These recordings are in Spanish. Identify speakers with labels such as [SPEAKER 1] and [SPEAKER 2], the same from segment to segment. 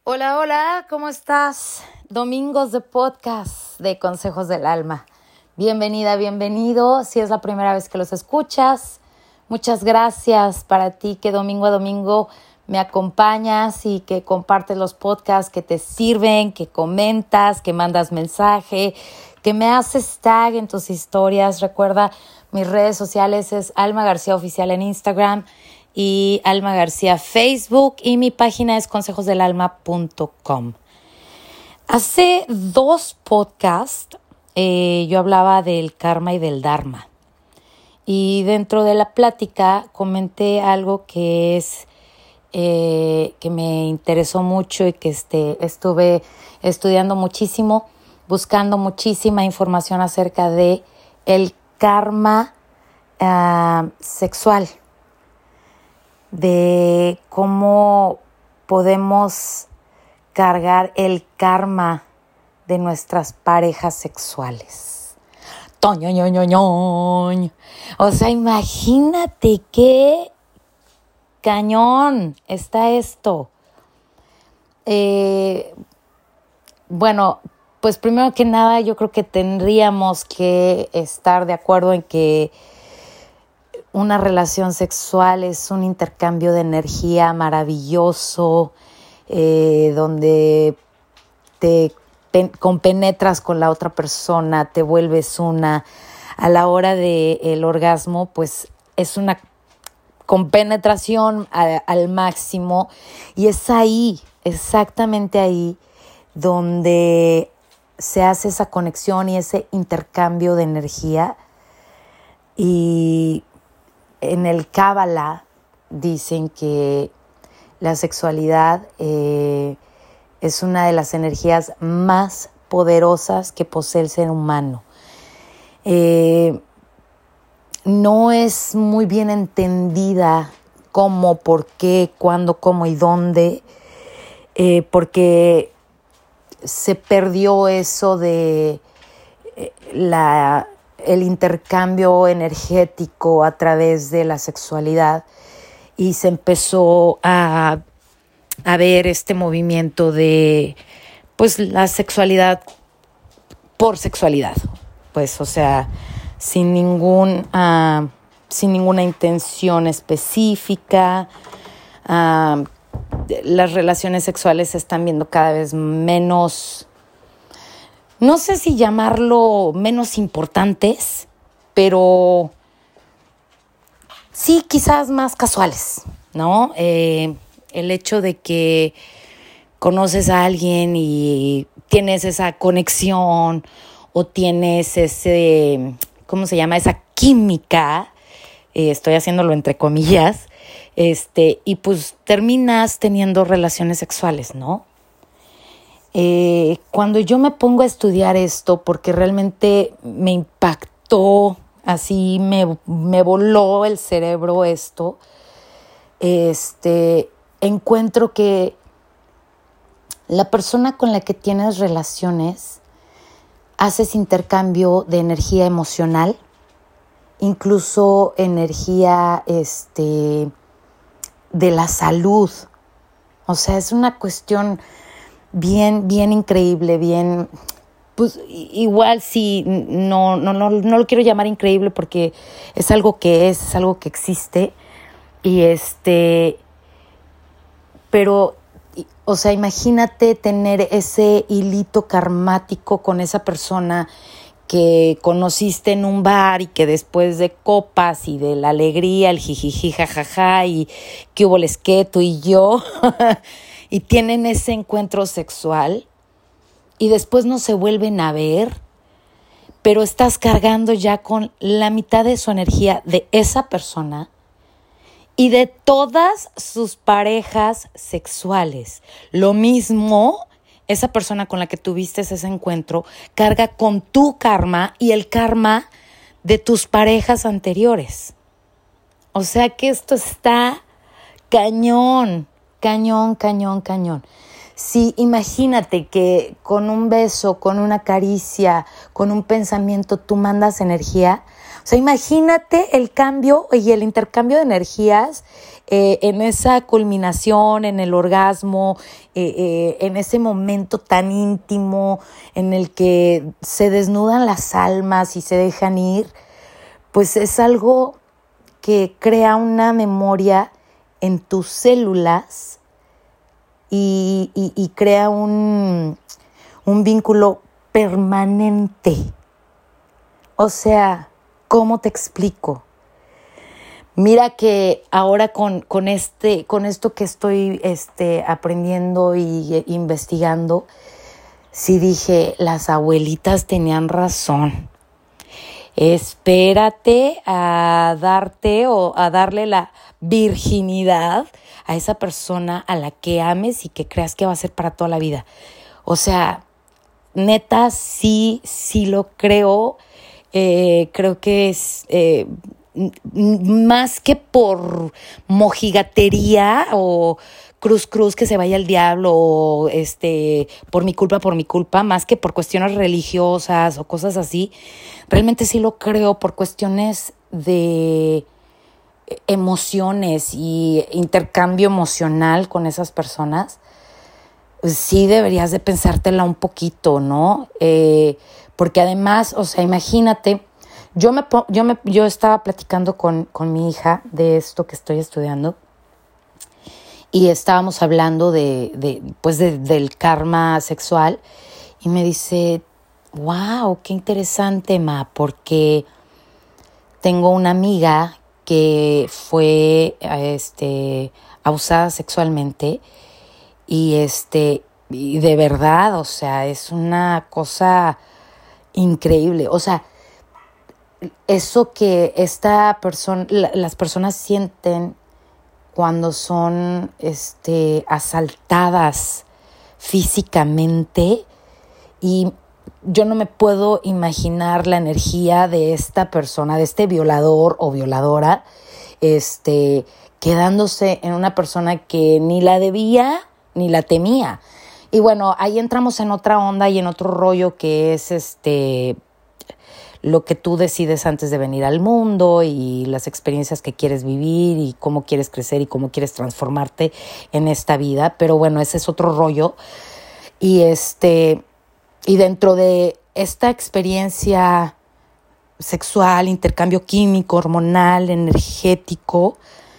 [SPEAKER 1] Hola, hola, ¿cómo estás? Domingos de podcast de Consejos del Alma. Bienvenida, bienvenido. Si es la primera vez que los escuchas, muchas gracias para ti que domingo a domingo me acompañas y que compartes los podcasts que te sirven, que comentas, que mandas mensaje, que me haces tag en tus historias. Recuerda, mis redes sociales es Alma García Oficial en Instagram y Alma García Facebook, y mi página es consejosdelalma.com. Hace 2 podcasts yo hablaba del karma y del dharma, y dentro de la plática comenté algo que es que me interesó mucho y que estuve estudiando muchísimo, buscando muchísima información acerca de el karma sexual, de cómo podemos cargar el karma de nuestras parejas sexuales. ¡Toñoñoñoñoñ! O sea, imagínate qué cañón está esto. Bueno, pues primero que nada yo creo que tendríamos que estar de acuerdo en que una relación sexual es un intercambio de energía maravilloso, donde te compenetras con la otra persona, te vuelves una. A la hora del orgasmo, pues es una compenetración al máximo, y es ahí, exactamente ahí, donde se hace esa conexión y ese intercambio de energía. Y en el Cábala dicen que la sexualidad es una de las energías más poderosas que posee el ser humano. No es muy bien entendida cómo, por qué, cuándo, cómo y dónde, porque se perdió eso de el intercambio energético a través de la sexualidad, y se empezó a ver este movimiento de pues la sexualidad por sexualidad, pues, o sea, sin ninguna intención específica. Las relaciones sexuales se están viendo cada vez menos, no sé si llamarlo menos importantes, pero sí, quizás más casuales, ¿no? El hecho de que conoces a alguien y tienes esa conexión o tienes ese, ¿cómo se llama? Esa química, estoy haciéndolo entre comillas, y pues terminas teniendo relaciones sexuales, ¿no? Cuando yo me pongo a estudiar esto, porque realmente me impactó, así me voló el cerebro esto, encuentro que la persona con la que tienes relaciones haces intercambio de energía emocional, incluso energía de la salud. O sea, es una cuestión bien, bien increíble, bien, pues igual sí, no lo quiero llamar increíble porque es algo que es algo que existe, y pero, o sea, imagínate tener ese hilito karmático con esa persona que conociste en un bar y que después de copas y de la alegría, el jijiji, jajaja, y qué hubo les que tú y yo, y tienen ese encuentro sexual y después no se vuelven a ver, pero estás cargando ya con la mitad de su energía de esa persona y de todas sus parejas sexuales. Lo mismo, esa persona con la que tuviste ese encuentro carga con tu karma y el karma de tus parejas anteriores. O sea que esto está cañón, cañón, cañón, cañón. Sí, imagínate que con un beso, con una caricia, con un pensamiento, tú mandas energía. O sea, imagínate el cambio y el intercambio de energías en esa culminación, en el orgasmo, en ese momento tan íntimo en el que se desnudan las almas y se dejan ir, pues es algo que crea una memoria en tus células y crea un vínculo permanente. O sea, ¿cómo te explico? Mira que ahora con esto que estoy aprendiendo y investigando, sí dije, las abuelitas tenían razón. Espérate a darte o a darle la virginidad a esa persona a la que ames y que creas que va a ser para toda la vida. O sea, neta, sí lo creo. Creo que es más que por mojigatería o cruz que se vaya al diablo o por mi culpa, más que por cuestiones religiosas o cosas así. Realmente sí lo creo por cuestiones de emociones y intercambio emocional con esas personas. Sí deberías de pensártela un poquito, ¿no? Porque además, o sea, imagínate, yo estaba platicando con mi hija de esto que estoy estudiando y estábamos hablando del karma sexual y me dice, wow, qué interesante, Ma, porque tengo una amiga que fue abusada sexualmente y de verdad, o sea, es una cosa increíble. O sea, eso que las personas sienten cuando son asaltadas físicamente, y yo no me puedo imaginar la energía de esta persona, de este violador o violadora, quedándose en una persona que ni la debía ni la temía. Y bueno, ahí entramos en otra onda y en otro rollo que es lo que tú decides antes de venir al mundo y las experiencias que quieres vivir y cómo quieres crecer y cómo quieres transformarte en esta vida. Pero bueno, ese es otro rollo. Y dentro de esta experiencia sexual, intercambio químico, hormonal, energético,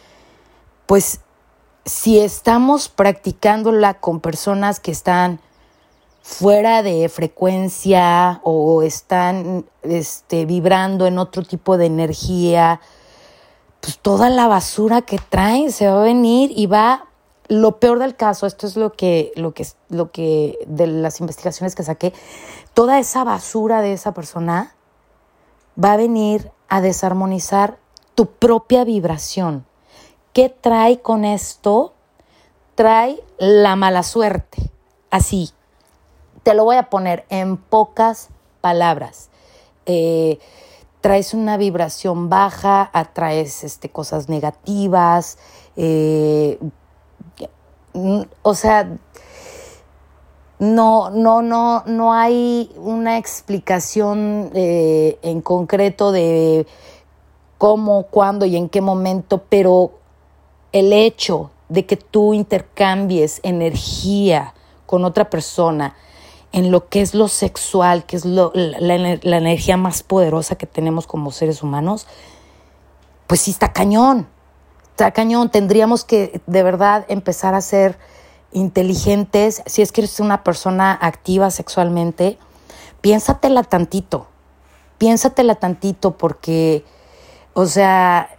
[SPEAKER 1] pues si estamos practicándola con personas que están fuera de frecuencia o están vibrando en otro tipo de energía, pues toda la basura que traen se va a venir y lo peor del caso, esto es lo que de las investigaciones que saqué, toda esa basura de esa persona va a venir a desarmonizar tu propia vibración. ¿Qué trae con esto? Trae la mala suerte. Así, te lo voy a poner en pocas palabras. Traes una vibración baja, atraes cosas negativas, o sea, no hay una explicación en concreto de cómo, cuándo y en qué momento, pero el hecho de que tú intercambies energía con otra persona en lo que es lo sexual, que es la energía más poderosa que tenemos como seres humanos, pues sí está cañón. Está cañón. Tendríamos que de verdad empezar a ser inteligentes. Si es que eres una persona activa sexualmente, piénsatela tantito porque, o sea,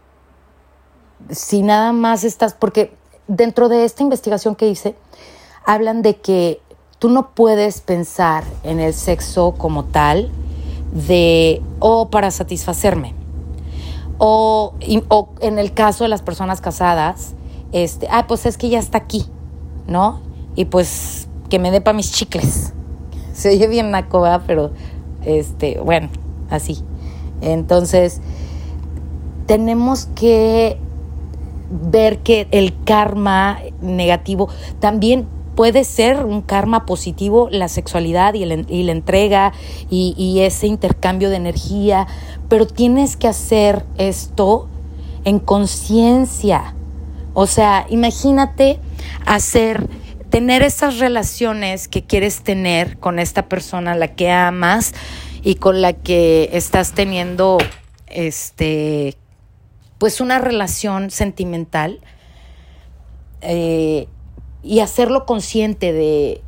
[SPEAKER 1] si nada más porque dentro de esta investigación que hice, hablan de que tú no puedes pensar en el sexo como tal para satisfacerme. O en el caso de las personas casadas, pues es que ya está aquí, ¿no? Y pues que me dé para mis chicles. Se oye bien naco, ¿verdad? Pero, bueno, así. Entonces, tenemos que ver que el karma negativo también puede ser un karma positivo la sexualidad y la entrega y ese intercambio de energía, pero tienes que hacer esto en conciencia. O sea, imagínate tener esas relaciones que quieres tener con esta persona a la que amas y con la que estás teniendo pues una relación sentimental, y hacerlo consciente de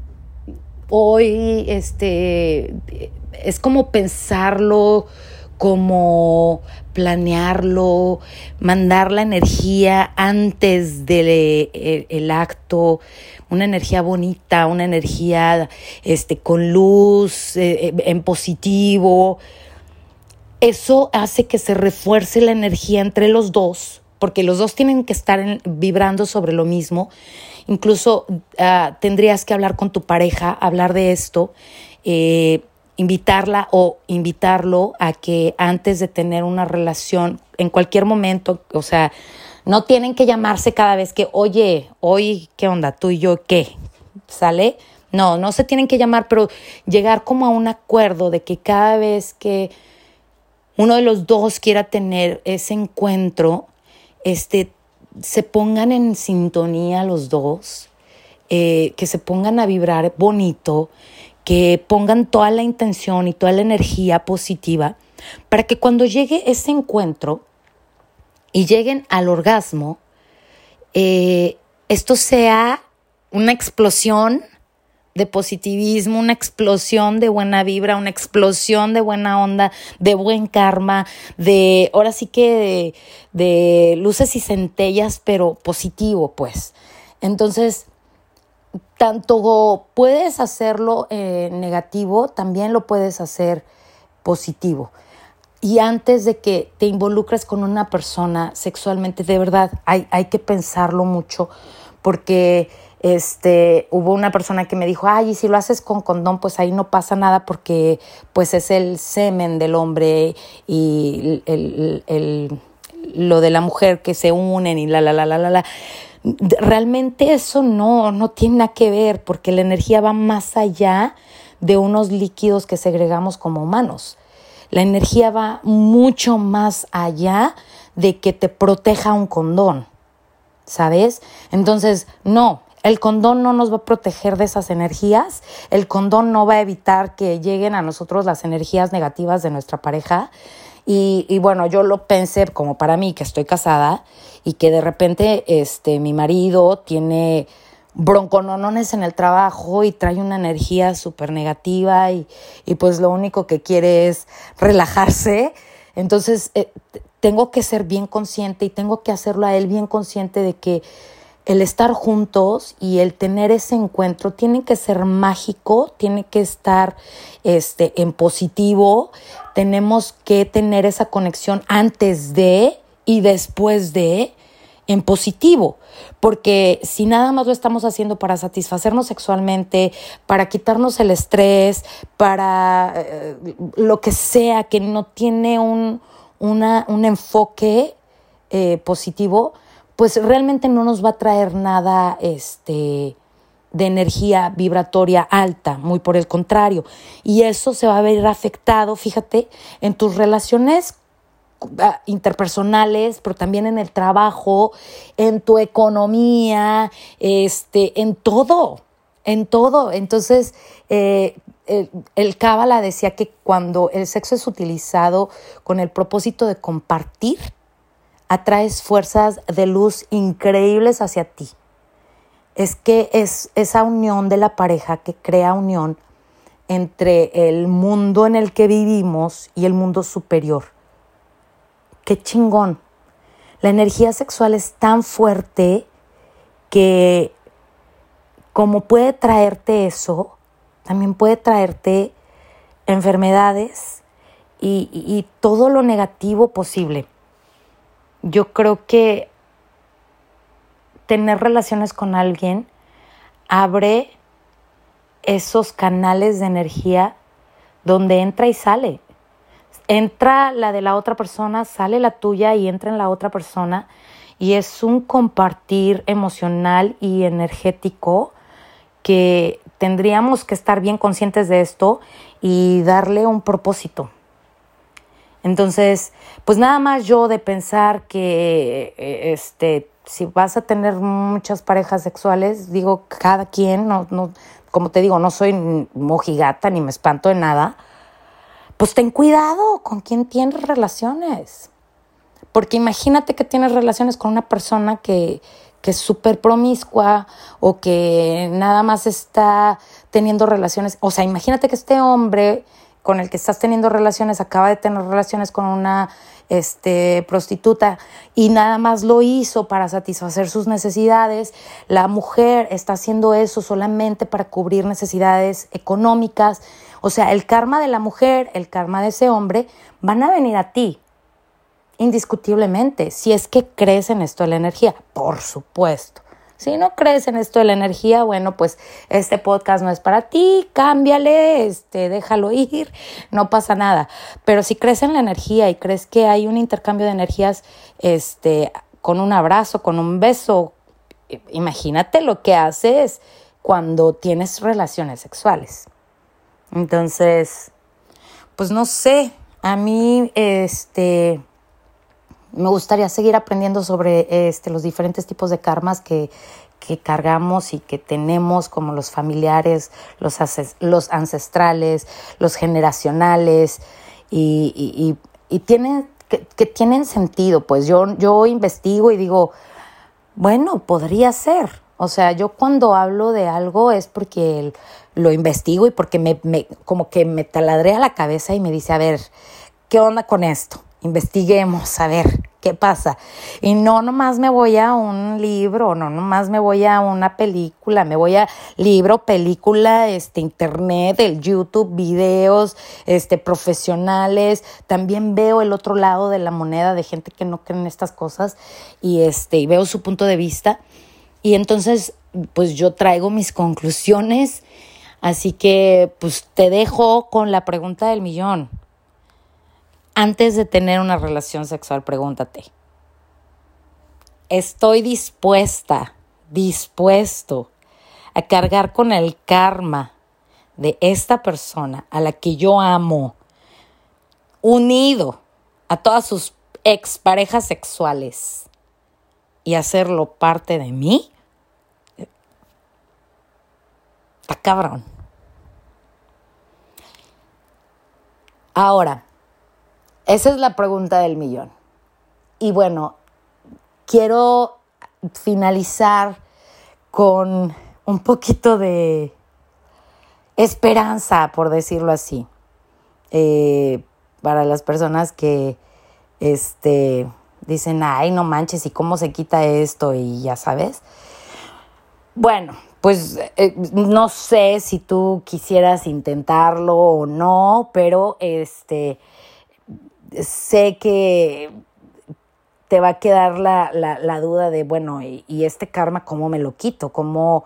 [SPEAKER 1] hoy, es como pensarlo, como planearlo, mandar la energía antes del acto, una energía bonita, una energía con luz, en positivo. Eso hace que se refuerce la energía entre los dos, porque los dos tienen que estar vibrando sobre lo mismo. Incluso tendrías que hablar con tu pareja, hablar de esto, invitarla o invitarlo a que antes de tener una relación, en cualquier momento, o sea, no tienen que llamarse cada vez que, oye, hoy, ¿qué onda? ¿Tú y yo qué? ¿Sale? No se tienen que llamar, pero llegar como a un acuerdo de que cada vez que uno de los dos quiera tener ese encuentro, se pongan en sintonía los dos, que se pongan a vibrar bonito, que pongan toda la intención y toda la energía positiva para que cuando llegue ese encuentro y lleguen al orgasmo, esto sea una explosión de positivismo, una explosión de buena vibra, una explosión de buena onda, de buen karma, ahora sí que de luces y centellas, pero positivo, pues. Entonces, tanto puedes hacerlo negativo, también lo puedes hacer positivo. Y antes de que te involucres con una persona sexualmente, de verdad, hay que pensarlo mucho, porque hubo una persona que me dijo, ay, y si lo haces con condón, pues ahí no pasa nada porque pues es el semen del hombre y lo de la mujer que se unen y la. Realmente eso no tiene nada que ver, porque la energía va más allá de unos líquidos que segregamos como humanos. La energía va mucho más allá de que te proteja un condón, ¿sabes? Entonces, no, el condón no nos va a proteger de esas energías, el condón no va a evitar que lleguen a nosotros las energías negativas de nuestra pareja. Y bueno, yo lo pensé como para mí, que estoy casada y que de repente mi marido tiene broncononones en el trabajo y trae una energía súper negativa y pues lo único que quiere es relajarse. Entonces tengo que ser bien consciente y tengo que hacerlo a él bien consciente de que el estar juntos y el tener ese encuentro tiene que ser mágico, tiene que estar en positivo. Tenemos que tener esa conexión antes de y después de en positivo, porque si nada más lo estamos haciendo para satisfacernos sexualmente, para quitarnos el estrés, para lo que sea, que no tiene un enfoque positivo, pues realmente no nos va a traer nada de energía vibratoria alta, muy por el contrario. Y eso se va a ver afectado, fíjate, en tus relaciones interpersonales, pero también en el trabajo, en tu economía, en todo. Entonces, el Cábala decía que cuando el sexo es utilizado con el propósito de compartir, atraes fuerzas de luz increíbles hacia ti. Es que es esa unión de la pareja que crea unión entre el mundo en el que vivimos y el mundo superior. ¡Qué chingón! La energía sexual es tan fuerte que como puede traerte eso, también puede traerte enfermedades y todo lo negativo posible. Yo creo que tener relaciones con alguien abre esos canales de energía donde entra y sale. Entra la de la otra persona, sale la tuya y entra en la otra persona. Y es un compartir emocional y energético que tendríamos que estar bien conscientes de esto y darle un propósito. Entonces, pues nada más yo de pensar que si vas a tener muchas parejas sexuales, digo, cada quien, no, como te digo, no soy mojigata ni me espanto de nada, pues ten cuidado con quién tienes relaciones. Porque imagínate que tienes relaciones con una persona que es súper promiscua o que nada más está teniendo relaciones. O sea, imagínate que este hombre con el que estás teniendo relaciones acaba de tener relaciones con una prostituta y nada más lo hizo para satisfacer sus necesidades. La mujer está haciendo eso solamente para cubrir necesidades económicas. O sea, el karma de la mujer, el karma de ese hombre van a venir a ti. Indiscutiblemente, si es que crees en esto de la energía, por supuesto. Si no crees en esto de la energía, bueno, pues este podcast no es para ti, cámbiale, déjalo ir, no pasa nada. Pero si crees en la energía y crees que hay un intercambio de energías, con un abrazo, con un beso, imagínate lo que haces cuando tienes relaciones sexuales. Entonces, pues no sé, a mí, me gustaría seguir aprendiendo sobre los diferentes tipos de karmas que cargamos y que tenemos, como los familiares, los ancestrales, los generacionales, y tienen, que tienen sentido. Pues yo investigo y digo, bueno, podría ser. O sea, yo cuando hablo de algo es porque lo investigo y porque como que me taladrea la cabeza y me dice, a ver, ¿qué onda con esto? Investiguemos, a ver, ¿qué pasa? Y no nomás me voy a un libro, no nomás me voy a una película, me voy a libro, película, internet, el YouTube, videos, profesionales. También veo el otro lado de la moneda de gente que no cree en estas cosas y veo su punto de vista. Y entonces, pues yo traigo mis conclusiones. Así que, pues te dejo con la pregunta del millón. Antes de tener una relación sexual, pregúntate, ¿estoy dispuesto a cargar con el karma de esta persona a la que yo amo, unido a todas sus exparejas sexuales y hacerlo parte de mí? Está cabrón. Ahora, esa es la pregunta del millón. Y bueno, quiero finalizar con un poquito de esperanza, por decirlo así, para las personas que dicen, ay, no manches, ¿y cómo se quita esto? Y ya sabes. Bueno, pues no sé si tú quisieras intentarlo o no, pero sé que te va a quedar la duda de, bueno, ¿y este karma cómo me lo quito? ¿Cómo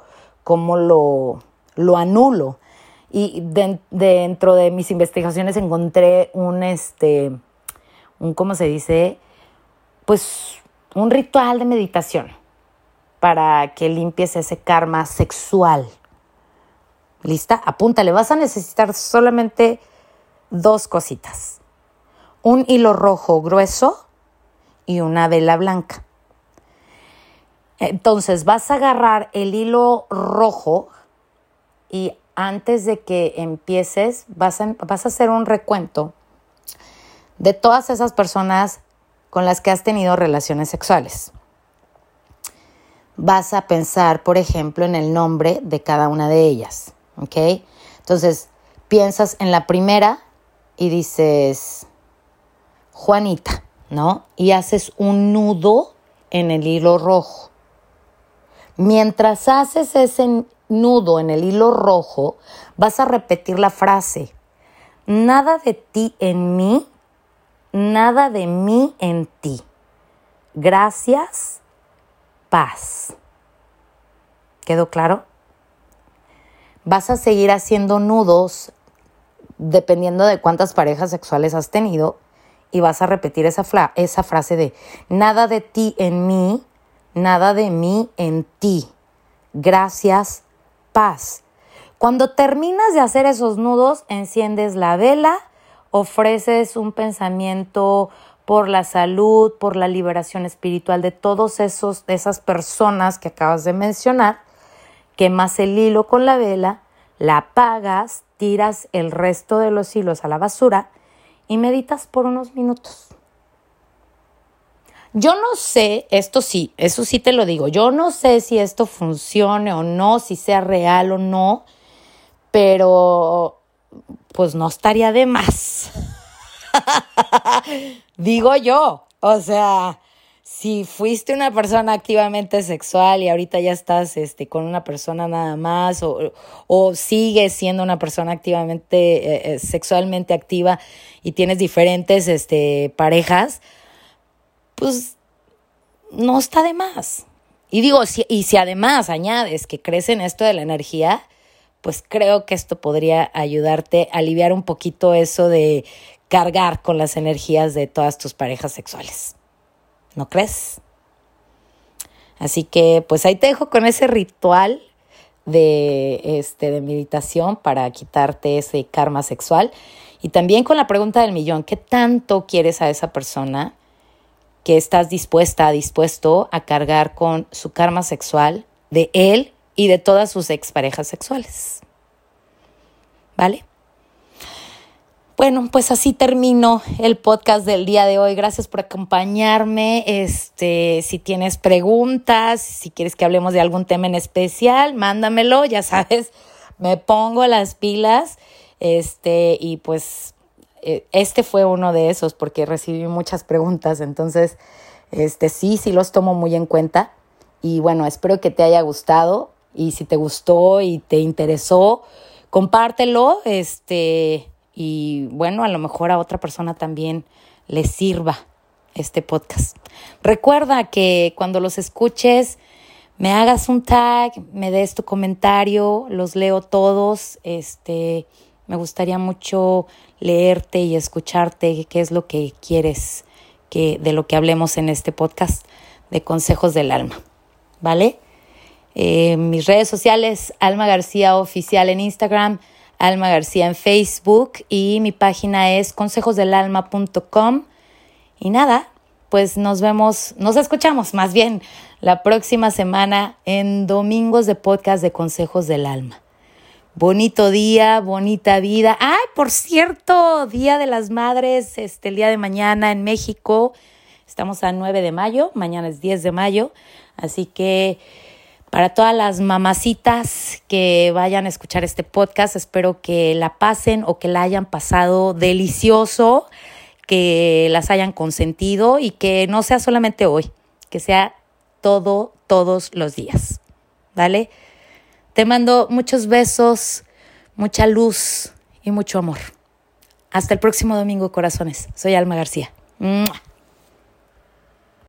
[SPEAKER 1] lo anulo? Y dentro de mis investigaciones encontré un ¿cómo se dice? Pues un ritual de meditación para que limpies ese karma sexual. ¿Lista? Apúntale, vas a necesitar solamente 2 cositas. Un hilo rojo grueso y una vela blanca. Entonces vas a agarrar el hilo rojo y antes de que empieces vas a hacer un recuento de todas esas personas con las que has tenido relaciones sexuales. Vas a pensar, por ejemplo, en el nombre de cada una de ellas, ¿ok? Entonces piensas en la primera y dices Juanita, ¿no? Y haces un nudo en el hilo rojo. Mientras haces ese nudo en el hilo rojo, vas a repetir la frase: nada de ti en mí, nada de mí en ti. Gracias, paz. ¿Quedó claro? Vas a seguir haciendo nudos dependiendo de cuántas parejas sexuales has tenido y vas a repetir esa frase de nada de ti en mí, nada de mí en ti. Gracias, paz. Cuando terminas de hacer esos nudos, enciendes la vela, ofreces un pensamiento por la salud, por la liberación espiritual de de esas personas que acabas de mencionar, quemas el hilo con la vela, la apagas, tiras el resto de los hilos a la basura y meditas por unos minutos. Yo no sé, eso sí te lo digo, yo no sé si esto funcione o no, si sea real o no, pero pues no estaría de más. Digo yo, o sea, si fuiste una persona activamente sexual y ahorita ya estás con una persona nada más o sigues siendo una persona activamente, sexualmente activa y tienes diferentes parejas, pues no está de más. Y digo, si además añades que crees en esto de la energía, pues creo que esto podría ayudarte a aliviar un poquito eso de cargar con las energías de todas tus parejas sexuales. ¿No crees? Así que pues ahí te dejo con ese ritual de meditación para quitarte ese karma sexual. Y también con la pregunta del millón, ¿qué tanto quieres a esa persona que estás dispuesto a cargar con su karma sexual de él y de todas sus exparejas sexuales? ¿Vale? Bueno, pues así termino el podcast del día de hoy. Gracias por acompañarme. Si tienes preguntas, si quieres que hablemos de algún tema en especial, mándamelo, ya sabes, me pongo las pilas. Y pues este fue uno de esos porque recibí muchas preguntas, entonces sí los tomo muy en cuenta. Y bueno, espero que te haya gustado y si te gustó y te interesó, compártelo, y bueno, a lo mejor a otra persona también le sirva este podcast. Recuerda que cuando los escuches, me hagas un tag, me des tu comentario, los leo todos. Me gustaría mucho leerte y escucharte qué es lo que quieres de lo que hablemos en este podcast de Consejos del Alma, ¿vale? Mis redes sociales, Alma García Oficial en Instagram, Alma García en Facebook y mi página es consejosdelalma.com. Y nada, pues nos escuchamos más bien la próxima semana en Domingos de Podcast de Consejos del Alma. Bonito día, bonita vida. ¡Ay, por cierto! Día de las Madres, el día de mañana en México. Estamos a 9 de mayo, mañana es 10 de mayo. Así que para todas las mamacitas que vayan a escuchar este podcast, espero que la pasen o que la hayan pasado delicioso, que las hayan consentido y que no sea solamente hoy, que sea todos los días, ¿vale? Te mando muchos besos, mucha luz y mucho amor. Hasta el próximo domingo, corazones. Soy Alma García. ¡Mua!